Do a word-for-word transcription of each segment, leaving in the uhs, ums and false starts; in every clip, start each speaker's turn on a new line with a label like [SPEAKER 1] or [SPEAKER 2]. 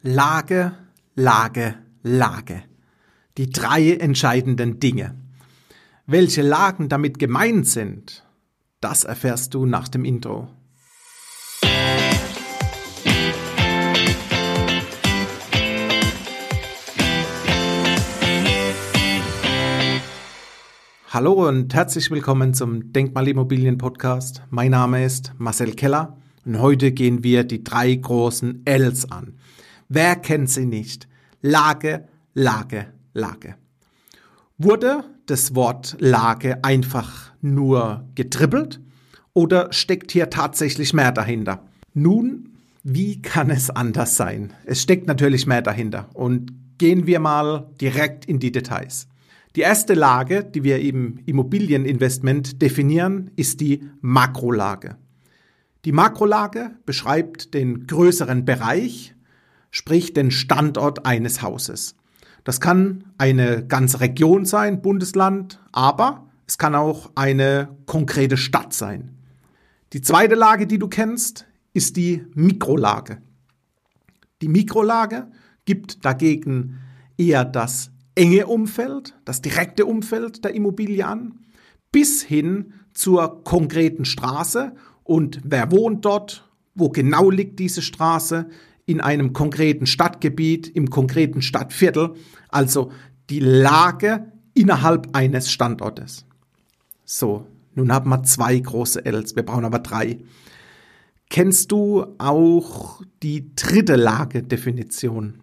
[SPEAKER 1] Lage, Lage, Lage. Die drei entscheidenden Dinge. Welche Lagen damit gemeint sind, das erfährst du nach dem Intro. Hallo und herzlich willkommen zum Denkmalimmobilien-Podcast. Mein Name ist Marcel Keller und heute gehen wir die drei großen Ls an. Wer kennt sie nicht? Lage, Lage, Lage. Wurde das Wort Lage einfach nur getribbelt oder steckt hier tatsächlich mehr dahinter? Nun, wie kann es anders sein? Es steckt natürlich mehr dahinter und gehen wir mal direkt in die Details. Die erste Lage, die wir im Immobilieninvestment definieren, ist die Makrolage. Die Makrolage beschreibt den größeren Bereich, sprich den Standort eines Hauses. Das kann eine ganze Region sein, Bundesland, aber es kann auch eine konkrete Stadt sein. Die zweite Lage, die du kennst, ist die Mikrolage. Die Mikrolage gibt dagegen eher das enge Umfeld, das direkte Umfeld der Immobilie an, bis hin zur konkreten Straße und wer wohnt dort, wo genau liegt diese Straße, in einem konkreten Stadtgebiet, im konkreten Stadtviertel, also die Lage innerhalb eines Standortes. So, nun haben wir zwei große Ls, wir brauchen aber drei. Kennst du auch die dritte Lagedefinition?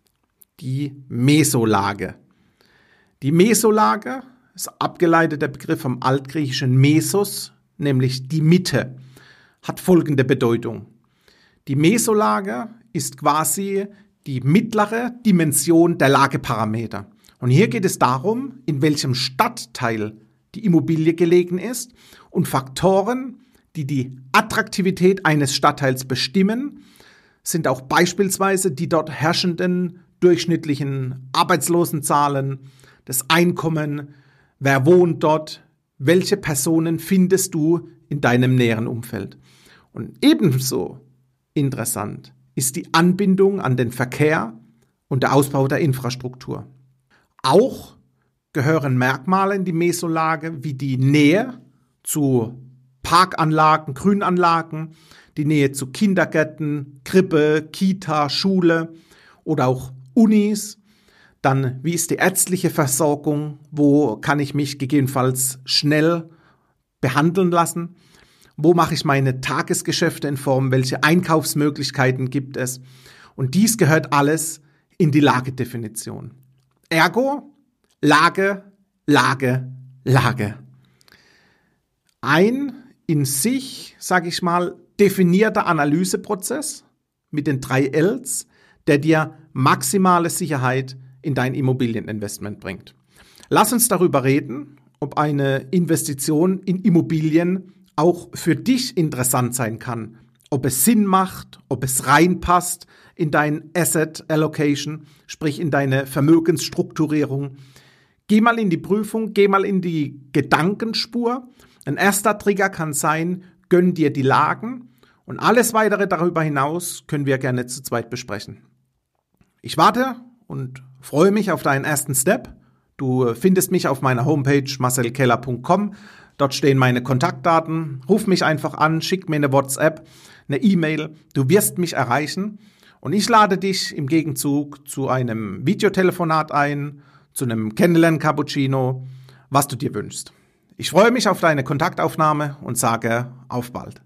[SPEAKER 1] Die Mesolage. Die Mesolage ist abgeleitet der Begriff vom altgriechischen Mesos, nämlich die Mitte, hat folgende Bedeutung. Die Mesolage ist quasi die mittlere Dimension der Lageparameter. Und hier geht es darum, in welchem Stadtteil die Immobilie gelegen ist und Faktoren, die die Attraktivität eines Stadtteils bestimmen, sind auch beispielsweise die dort herrschenden durchschnittlichen Arbeitslosenzahlen, das Einkommen, wer wohnt dort, welche Personen findest du in deinem näheren Umfeld. Und ebenso interessant ist die Anbindung an den Verkehr und der Ausbau der Infrastruktur. Auch gehören Merkmale in die Mesolage wie die Nähe zu Parkanlagen, Grünanlagen, die Nähe zu Kindergärten, Krippe, Kita, Schule oder auch Unis. Dann, wie ist die ärztliche Versorgung? Wo kann ich mich gegebenenfalls schnell behandeln lassen? Wo mache ich meine Tagesgeschäfte in Form? Welche Einkaufsmöglichkeiten gibt es? Und dies gehört alles in die Lagedefinition. Ergo, Lage, Lage, Lage. Ein in sich, sage ich mal, definierter Analyseprozess mit den drei Ls, der dir maximale Sicherheit in dein Immobilieninvestment bringt. Lass uns darüber reden, ob eine Investition in Immobilien auch für dich interessant sein kann, ob es Sinn macht, ob es reinpasst in dein Asset Allocation, sprich in deine Vermögensstrukturierung. Geh mal in die Prüfung, geh mal in die Gedankenspur. Ein erster Trigger kann sein, gönn dir die Lagen und alles weitere darüber hinaus können wir gerne zu zweit besprechen. Ich warte und freue mich auf deinen ersten Step. Du findest mich auf meiner Homepage marcel keller punkt com. Dort stehen meine Kontaktdaten. Ruf mich einfach an, schick mir eine WhatsApp, eine E-Mail. Du wirst mich erreichen und ich lade dich im Gegenzug zu einem Videotelefonat ein, zu einem Kennenlernen-Cappuccino, was du dir wünschst. Ich freue mich auf deine Kontaktaufnahme und sage auf bald.